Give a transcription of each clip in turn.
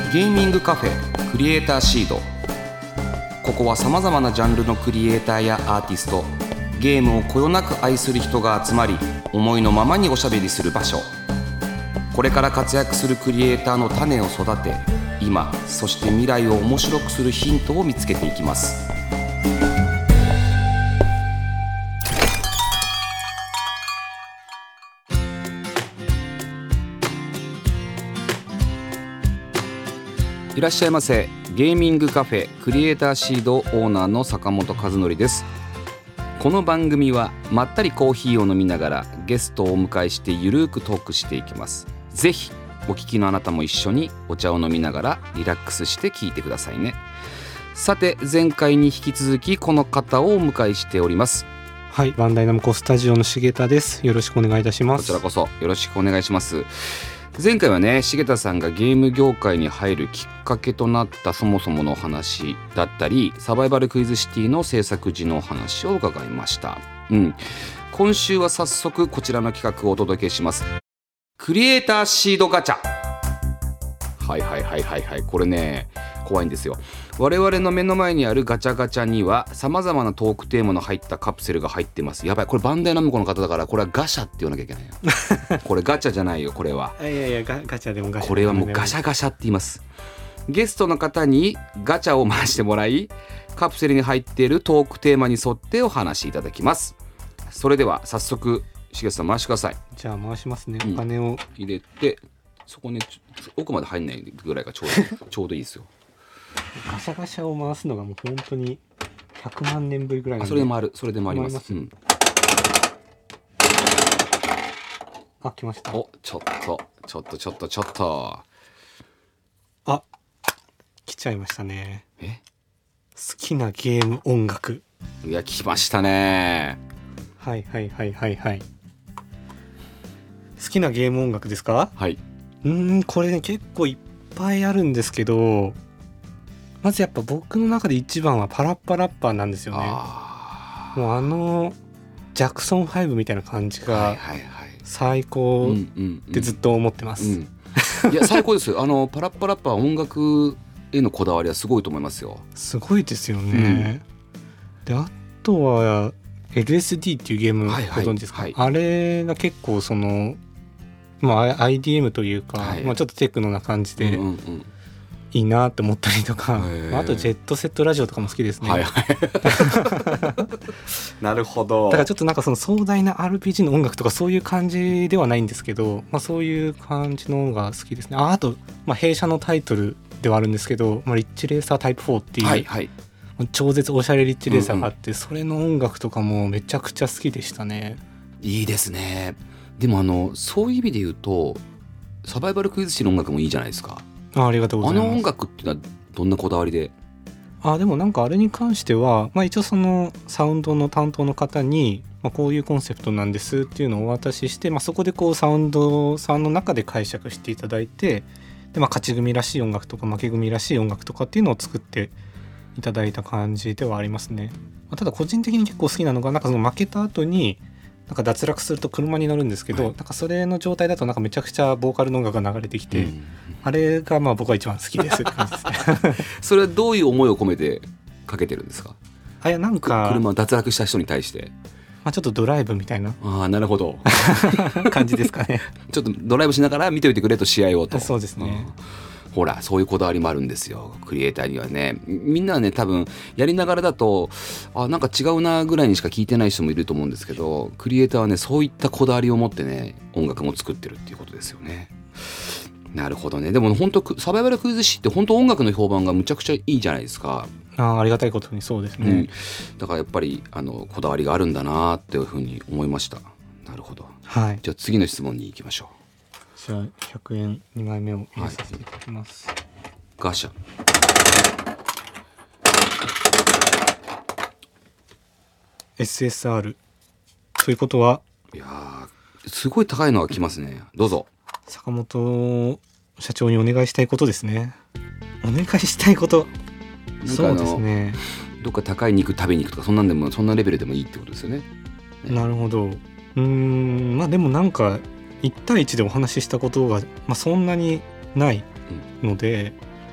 ゲーミングカフェクリエイターシード。ここはさまざまなジャンルのクリエイターやアーティスト、ゲームをこよなく愛する人が集まり、思いのままにおしゃべりする場所。これから活躍するクリエイターの種を育て、今そして未来を面白くするヒントを見つけていきます。いらっしゃいませ。ゲーミングカフェクリエイターシードオーナーの坂本和則です。この番組はまったりコーヒーを飲みながらゲストをお迎えしてゆるくトークしていきます。ぜひお聞きのあなたも一緒にお茶を飲みながらリラックスして聞いてくださいね。さて、前回に引き続きこの方をお迎えしております。 はい、バンダイナムコスタジオの重田です。よろしくお願いいたします。 こちらこそよろしくお願いします。前回はね、重田さんがゲーム業界に入るきっかけとなったそもそもの話だったり、サバイバルクイズシティの制作時のお話を伺いました。今週は早速こちらの企画をお届けします。クリエイターシードガチャ。はいこれね、怖いんですよ。我々の目の前にあるガチャガチャにはさまざまなトークテーマの入ったカプセルが入ってます。やばい、これバンダイナムコの方だから、これはガシャって言わなきゃいけないよこれガチャじゃないよ、これは。 いやガチャでもガシャ。 これはもうガシャガシャって言います。ゲストの方にガチャを回してもらい、カプセルに入っているトークテーマに沿ってお話しいただきます。それでは早速重田さん回してください。 じゃあ回しますね。お金を入れて、そこね、奥まで入んないぐらいがちょうどいいですよ。 ガシャガシャを回すのがもう本当に100万年ぶりぐらいなんで。 それで回ります。 あ、来ました。 お、ちょっとあ、来ちゃいましたね。 好きなゲーム音楽。 いや、来ましたね。 はい好きなゲーム音楽ですか？ はい。 これね、結構いっぱいあるんですけど、まずやっぱ僕の中で一番はパラッパラッパーなんですよね。もうジャクソン5みたいな感じが最高ってずっと思ってます。 いや、最高ですよ。パラッパラッパー、音楽へのこだわりはすごいと思いますよ。 すごいですよね。で、あとは LSD っていうゲームご存知ですか？あれが結構そのIDM というか、ちょっとテクノな感じでいいなって思ったりとか、あとジェットセットラジオとかも好きですね。 なるほど。 だからちょっとなんかその壮大な RPG の音楽とかそういう感じではないんですけど、そういう感じの音が好きですね。あと、弊社のタイトルではあるんですけど、リッチレーサータイプ4っていう、超絶おしゃれリッチレーサーがあって、それの音楽とかもめちゃくちゃ好きでしたね。 いいですね。でもそういう意味で言うと、サバイバルクイズシの音楽もいいじゃないですか。 ありがとうございます。 音楽っていうのはどんなこだわりで？ でもなんかあれに関しては、一応そのサウンドの担当の方に、こういうコンセプトなんですっていうのをお渡しして、そこでこうサウンドさんの中で解釈していただいて、で、勝ち組らしい音楽とか負け組らしい音楽とかっていうのを作っていただいた感じではありますね。ただ個人的に結構好きなのが、なんかその負けた後になんか脱落すると車に乗るんですけど、なんかそれの状態だとなんかめちゃくちゃボーカルの音楽が流れてきて、あれが僕は一番好きですって感じですねそれはどういう思いを込めてかけてるんですか？ いや、なんか車脱落した人に対して、 ちょっとドライブみたいななるほど感じですかねちょっとドライブしながら見ておいてくれと、試合をと。 そうですね。 ほら、そういうこだわりもあるんですよ、クリエイターにはね。みんなはね、多分やりながらだとなんか違うなぐらいにしか聞いてない人もいると思うんですけど、クリエイターはね、そういったこだわりを持ってね、音楽も作ってるっていうことですよね。なるほどね。でも本当サバイバルクイズ誌って本当音楽の評判がむちゃくちゃいいじゃないですか。 ありがたいことにそうですね。 だからやっぱりこだわりがあるんだなっていうふうに思いました。なるほど。じゃあ次の質問に行きましょう。 じゃあ100円2枚目を入れさせていただきます。 ガシャ。 SSR ということは、 いやすごい高いのが来ますね。どうぞ。 坂本社長にお願いしたいことですね。お願いしたいこと。そうですね。 どっか高い肉食べに行くとか、そんなレベルでもいいってことですよね。 なるほど。でもなんか1対1でお話ししたことが、そんなにないので、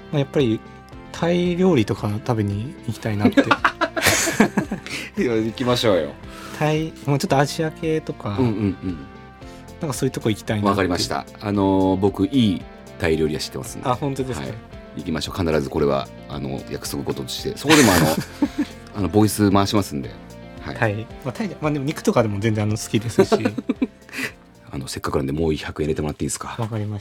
やっぱりタイ料理とか食べに行きたいなっていや行きましょうよ。 タイ、ちょっとアジア系とか、なんかそういうとこ行きたいなって。 わかりました。僕いいタイ料理は知ってますんで。 あ、本当ですか。 行きましょう。必ずこれは約束事として、そこでもボイス回しますんで。 はい。タイ、でも肉とかでも全然好きですしせっかくなんでもう100円入れてもらっていいですか。 わかりました。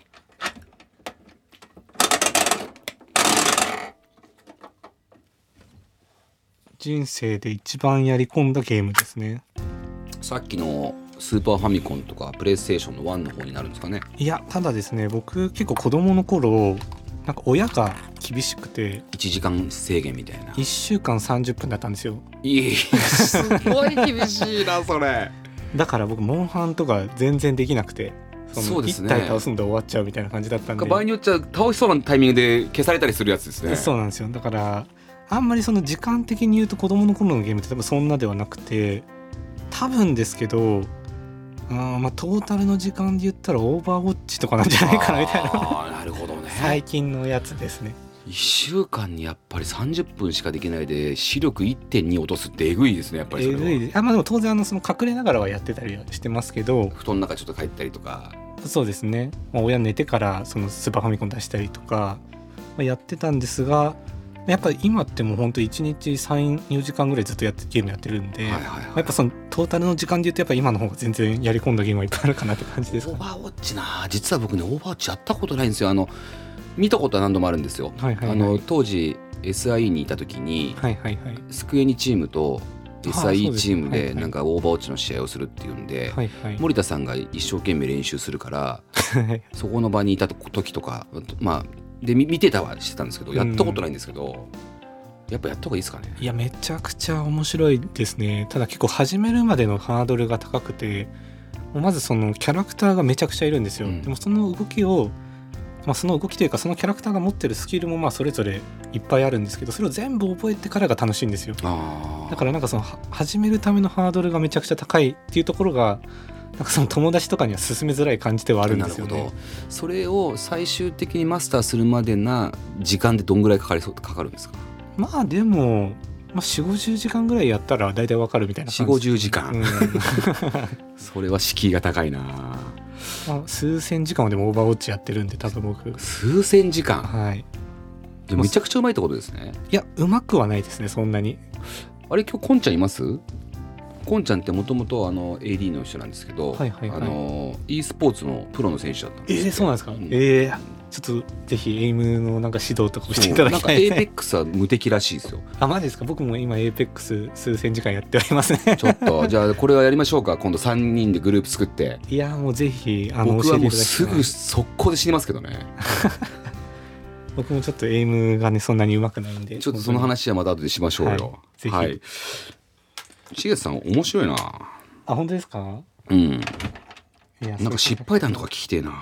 人生で一番やり込んだゲームですね。 さっきのスーパーファミコンとかプレイステーションの1の方になるんですかね。 いや、ただですね、僕結構子供の頃なんか親が厳しくて 1時間制限みたいな。 1週間30分だったんですよ。 すごい厳しいなそれ。 だから僕モンハンとか全然できなくて、 そうですね、 1体倒すので終わっちゃうみたいな感じだったんで、 場合によっちゃ倒しそうなタイミングで消されたりするやつですね。 そうなんですよ。だからあんまりその時間的に言うと子供の頃のゲームって多分そんなではなくて、多分ですけどトータルの時間で言ったらオーバーウォッチとかなんじゃないかなみたいな。 なるほどね。 最近のやつですね。 1週間にやっぱり30分しかできないで視力 1.2 落とすってえぐいですね。やっぱりそれはえぐいで。でも当然その隠れながらはやってたりはしてますけど、 布団の中ちょっと帰ったりとか。 そうですね、親寝てからそのスーパーファミコン出したりとか、やってたんですが、やっぱり今ってもうほんと1日 3,4 時間ぐらいずっとゲームやってるんで、やっぱそのトータルの時間で言うとやっぱ今の方が全然やり込んだゲームはいっぱいあるかなって感じですかね。 オーバーウォッチな、実は僕ねオーバーウォッチやったことないんですよ。見たことは何度もあるんですよ。当時 SIE にいた時に、スクエニチームと SIE チームでなんかオーバーウォッチの試合をするっていうんで、森田さんが一生懸命練習するからそこの場にいた時とかで見てたはしてたんですけど、やったことないんですけど、やっぱやった方がいいですかね。 いや、めちゃくちゃ面白いですね。ただ結構始めるまでのハードルが高くて、まずそのキャラクターがめちゃくちゃいるんですよ。でもその動きを、その動きというかそのキャラクターが持ってるスキルもそれぞれいっぱいあるんですけど、それを全部覚えてからが楽しいんですよ。だからなんかその始めるためのハードルがめちゃくちゃ高いっていうところが、なんかその友達とかには勧めづらい感じではあるんですよね。 なるほど。それを最終的にマスターするまでな時間でどんぐらいかかるんですか。 でも、4、50時間ぐらいやったら大体わかるみたいな感じ。 4、50時間、それは敷居が高いな。 数千時間はでもオーバーウォッチやってるんで、多分僕数千時間。でめちゃくちゃうまいってことですね。 いや、うまくはないですね、そんなに。 あれ、今日コンちゃんいます？コンちゃんってもともとAD の人なんですけど、e スポーツのプロの選手だったんですよ。 そうなんですか。ちょっとぜひエイムのなんか指導とかしていただきたいですね。 なんか APEX は無敵らしいですよ。 マジですか。僕も今 APEX 数千時間やっておりますね。 ちょっとじゃあこれはやりましょうか。今度3人でグループ作って。 いや、もうぜひ僕はもうすぐ速攻で死にますけどね。 僕もちょっとエイムがねそんなに上手くないんで、 ちょっとその話はまた後でしましょうよ。 ぜひ。 しげさん面白いな。 本当ですか。 なんか失敗談とか聞きてえな。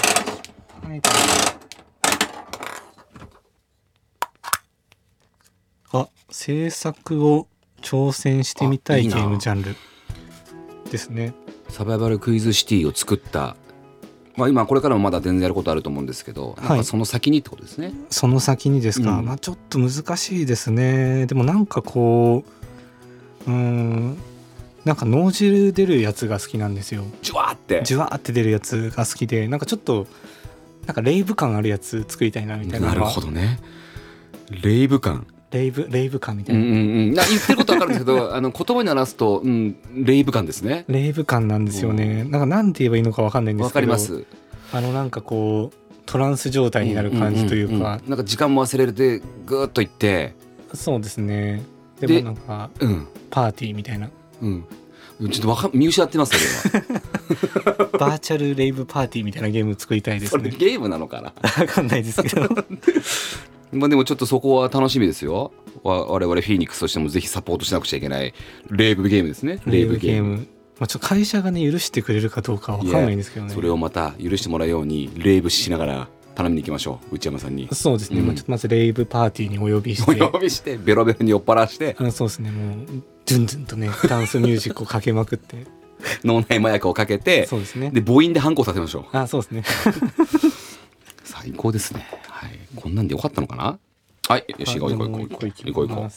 制作を挑戦してみたいゲームジャンルですね。 サバイバルクイズシティを作った、今これからもまだ全然やることあると思うんですけど、なんかその先にってことですね。 その先にですか。ちょっと難しいですね。でもなんかこうなんか脳汁出るやつが好きなんですよ。 ジュワーって出るやつが好きで、なんかちょっとなんかレイブ感あるやつ作りたいなみたいな。 なるほどね。レイブ感みたいな、 言ってることわかるんですけど言葉に表すと、レイブ感ですね。 レイブ感なんですよね。なんて言えばいいのかわかんないんですけど、 わかります。 なんかこうトランス状態になる感じというか、 なんか時間も忘れてグーッといって。 そうですね。でもなんか、パーティーみたいな、 ちょっと見失ってますけどバーチャルレイブパーティーみたいなゲーム作りたいですね。 それゲームなのかな。 わかんないですけどでもちょっとそこは楽しみですよ。我々フィニックスとしてもぜひサポートしなくちゃいけないレイブゲームですね。 レイブゲーム、ちょっと会社がね許してくれるかどうかわかんないんですけどね。 それをまた許してもらうようにレイブしながら頼みに行きましょう、内山さんに。 そうですね、ちょっとまずレイブパーティーにお呼びしてベロベロに酔っ払してそうですね、もうズンズンとねダンスミュージックをかけまくって脳内麻薬をかけて、 そうですね、 で母音で反抗させましょう。 そうですね最高ですね。こんんなんでよかったのかな。はい、よし、行こう行こう行こう行こう行こう。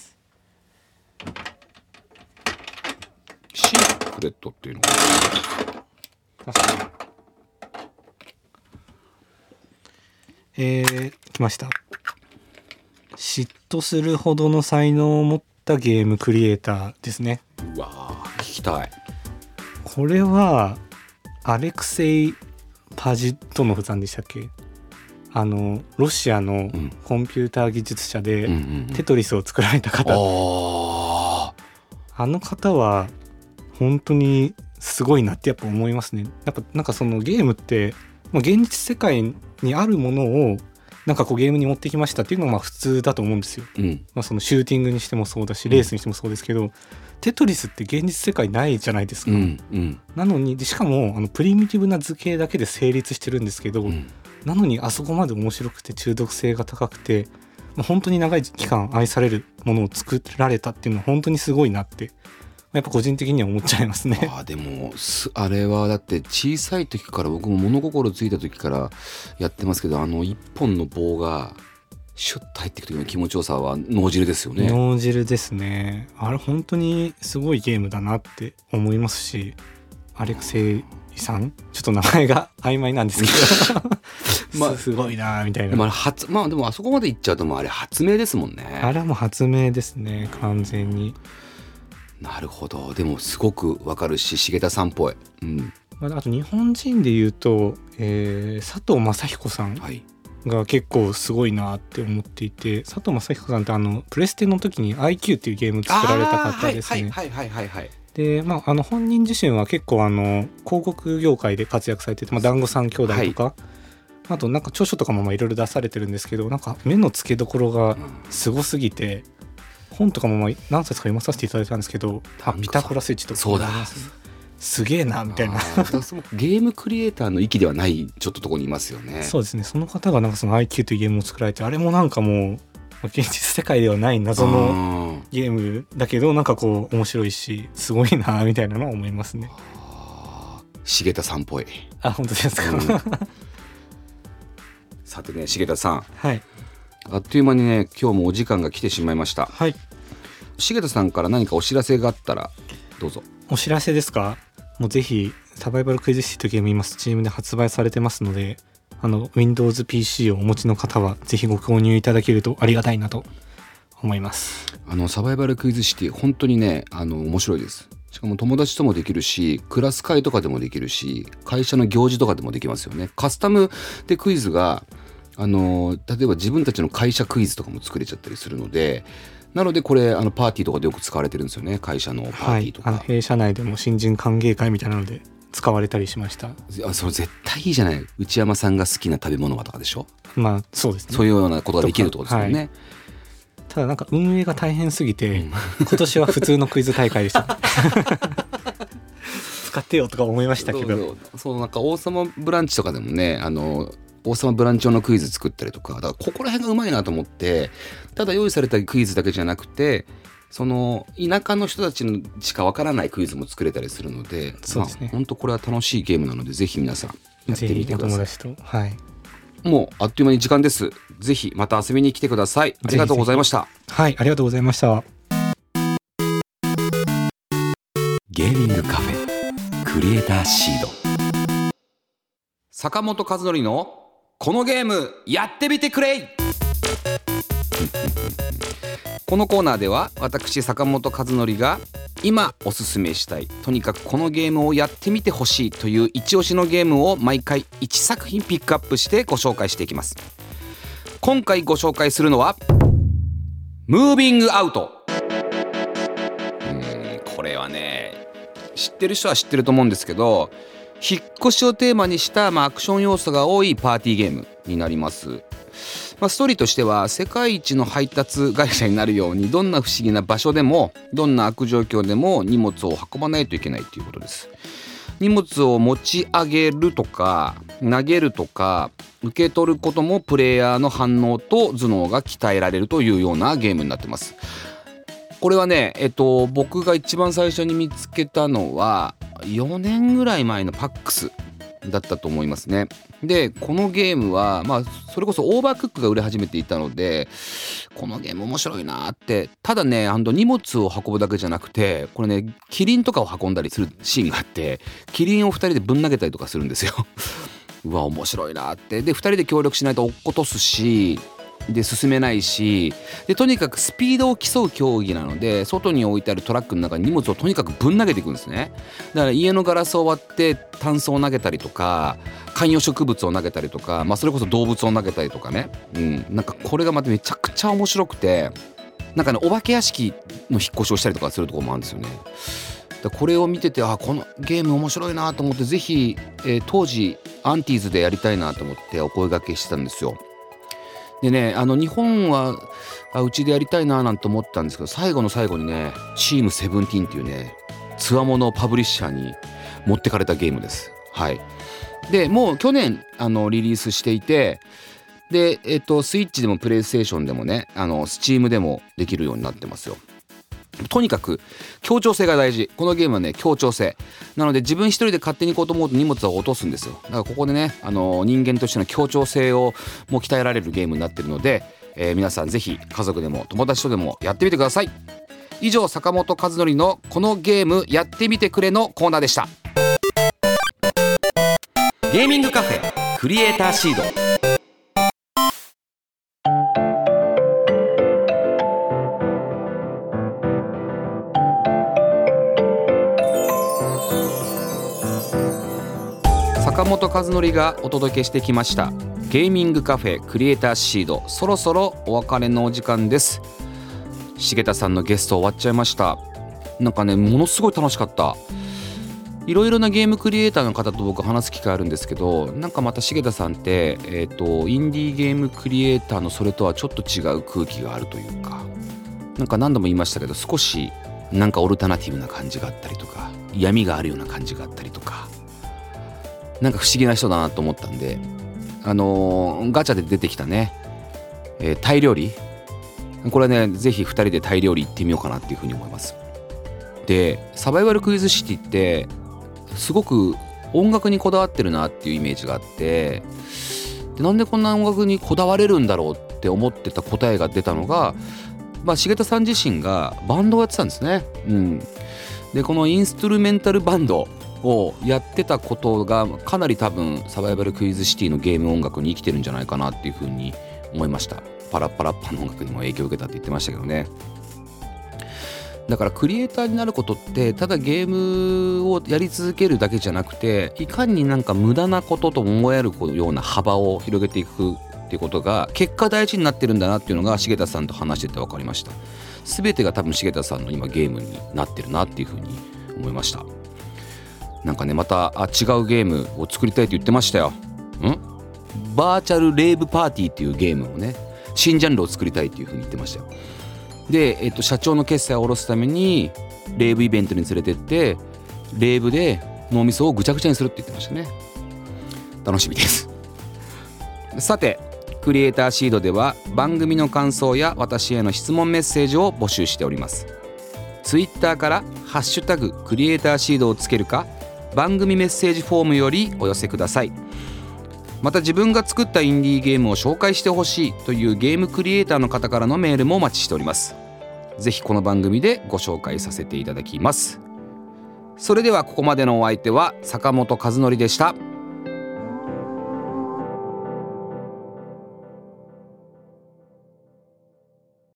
シークレットっていうのかな。 来ました。嫉妬するほどの才能を持ったゲームクリエイターですね。 うわー、聞きたい。 これはアレクセイ・パジトノフさんでしたっけ。ロシアのコンピューター技術者でテトリスを作られた方、あの方は本当にすごいなってやっぱ思いますね。やっぱなんかそのゲームって現実世界にあるものをなんかこうゲームに持ってきましたっていうのがまあ普通だと思うんですよ、そのシューティングにしてもそうだしレースにしてもそうですけど、テトリスって現実世界ないじゃないですか、なのにしかもプリミティブな図形だけで成立してるんですけど、なのにあそこまで面白くて中毒性が高くて、本当に長い期間愛されるものを作られたっていうのは本当にすごいなってやっぱ個人的には思っちゃいますね。 でもあれはだって小さい時から僕も物心ついた時からやってますけど、一本の棒がシュッと入っていく時の気持ちよさは脳汁ですよね。 脳汁ですね。あれ本当にすごいゲームだなって思いますし、アレクセイさんちょっと名前が曖昧なんですけどすごいなみたいな。 でもあそこまでいっちゃうともうあれ発明ですもんね。 あれはもう発明ですね、完全に。 なるほど。でもすごくわかるし重田さんっぽい、 あと日本人でいうと、佐藤正彦さんが結構すごいなって思っていて、佐藤正彦さんってプレステの時に IQ っていうゲームを作られた方ですね。で、本人自身は結構広告業界で活躍されてて、団子三兄弟とか、あとなんか著書とかもいろいろ出されてるんですけど、なんか目の付けどころがすごすぎて、本とかも何冊か読まさせていただいたんですけど、ピタゴラスイッチとかそうだ、 すげえなみたいなゲームクリエイターの域ではないちょっととこにいますよね。 そうですね。その方がなんかその IQ というゲームを作られて、あれもなんかもう現実世界ではない謎のゲームだけど、なんかこう面白いしすごいなみたいなのは思いますね。 重田さんっぽい。 本当ですか、 さてね、重田さん、 はいあっという間にね今日もお時間が来てしまいました。 はい。 重田さんから何かお知らせがあったらどうぞ。 お知らせですか。もうぜひサバイバルクイズシティというゲーム今 Steam で発売されてますので、Windows PC をお持ちの方はぜひご購入いただけるとありがたいなと思います。 サバイバルクイズシティ本当にね面白いです。しかも友達ともできるし、クラス会とかでもできるし、会社の行事とかでもできますよね。カスタムでクイズが例えば自分たちの会社クイズとかも作れちゃったりするので、なのでこれパーティーとかでよく使われてるんですよね。会社のパーティーとか、 弊社内でも新人歓迎会みたいなので使われたりしました。 それ絶対いいじゃない。内山さんが好きな食べ物はとかでしょ。 そうですね。 そういうようなことができるってことですよね。 ただなんか運営が大変すぎて、今年は普通のクイズ大会でした使ってよとか思いましたけど、 そうなんか王様ブランチとかでもね王様ブランチ用のクイズ作ったりとか、だからここら辺がうまいなと思って、ただ用意されたクイズだけじゃなくて、その田舎の人たちにしかわからないクイズも作れたりするので、 そうですね。 本当これは楽しいゲームなのでぜひ皆さんやってみてください。 お友達と、 もうあっという間に時間です。ぜひまた遊びに来てください。ありがとうございました。 はい、ありがとうございました。 ゲーミングカフェクリエイターシード、坂本和則のこのゲームやってみてくれいこのコーナーでは私坂本和則が今おすすめしたい、とにかくこのゲームをやってみてほしいという一押しのゲームを毎回1作品ピックアップしてご紹介していきます。今回ご紹介するのはムービングアウト。これはね知ってる人は知ってると思うんですけど、引っ越しをテーマにした、アクション要素が多いパーティーゲームになります。ストーリーとしては世界一の配達会社になるように、どんな不思議な場所でもどんな悪状況でも荷物を運ばないといけないということです。荷物を持ち上げるとか投げるとか受け取ることもプレイヤーの反応と頭脳が鍛えられるというようなゲームになってます。これはね、僕が一番最初に見つけたのは4年ぐらい前のパックスだったと思いますね。でこのゲームはそれこそオーバークックが売れ始めていたので、このゲーム面白いなって。ただね荷物を運ぶだけじゃなくて、これねキリンとかを運んだりするシーンがあって、キリンを2人でぶん投げたりとかするんですようわ面白いなって。で2人で協力しないと落っことすし、で進めないし、でとにかくスピードを競う競技なので、外に置いてあるトラックの中に荷物をとにかくぶん投げていくんですね。だから家のガラスを割ってタンスを投げたりとか、観葉植物を投げたりとか、それこそ動物を投げたりとかね、なんかこれがまためちゃくちゃ面白くて、なんかねお化け屋敷の引っ越しをしたりとかするところもあるんですよね。これを見ててこのゲーム面白いなと思って、ぜひ、当時アンティーズでやりたいなと思ってお声掛けしてたんですよ。でね日本はうちでやりたいななんて思ったんですけど、最後の最後にねチーム17っていうねつわものパブリッシャーに持ってかれたゲームです。はい。でもう去年リリースしていて、でスイッチでもプレイステーションでもねスチームでもできるようになってますよ。とにかく協調性が大事。このゲームはね協調性なので、自分一人で勝手に行こうと思うと荷物を落とすんですよ。だからここでね人間としての協調性をもう鍛えられるゲームになっているので、皆さんぜひ家族でも友達とでもやってみてください。以上、坂本和則のこのゲームやってみてくれのコーナーでした。ゲーミングカフェクリエイターシード。坂本和則がお届けしてきましたゲーミングカフェクリエイターシード。そろそろお別れのお時間です。重田さんのゲスト終わっちゃいました。なんかねものすごい楽しかった。いろいろなゲームクリエイターの方と僕話す機会あるんですけど、なんかまた重田さんってインディーゲームクリエイターのそれとはちょっと違う空気があるというか、なんか何度も言いましたけど、少しなんかオルタナティブな感じがあったりとか、闇があるような感じがあったりとか、なんか不思議な人だなと思ったんで、ガチャで出てきたね、タイ料理、これねぜひ2人でタイ料理行ってみようかなっていうふうに思います。でサバイバルクイズシティってすごく音楽にこだわってるなっていうイメージがあって、でなんでこんな音楽にこだわれるんだろうって思ってた答えが出たのが、重田さん自身がバンドをやってたんですね。でこのインストゥルメンタルバンドをやってたことがかなり多分サバイバルクイズシティのゲーム音楽に生きてるんじゃないかなっていうふうに思いました。パラッパラッパの音楽にも影響を受けたって言ってましたけどね。だからクリエイターになることってただゲームをやり続けるだけじゃなくて、いかになんか無駄なことと思えるような幅を広げていくっていうことが結果大事になってるんだなっていうのが重田さんと話してて分かりました。全てが多分重田さんの今ゲームになってるなっていうふうに思いました。なんかねまた違うゲームを作りたいと言ってましたよ。バーチャルレイブパーティーっていうゲームをね、新ジャンルを作りたいっていうふうに言ってましたよ。で、社長の決済を下ろすためにレイブイベントに連れてってレイブで脳みそをぐちゃぐちゃにするって言ってましたね。楽しみです。さてクリエイターシードでは番組の感想や私への質問メッセージを募集しております。ツイッターからハッシュタグクリエイターシードをつけるか、番組メッセージフォームよりお寄せください。また自分が作ったインディーゲームを紹介してほしいというゲームクリエイターの方からのメールもお待ちしております。ぜひこの番組でご紹介させていただきます。それではここまでのお相手は坂本和則でした。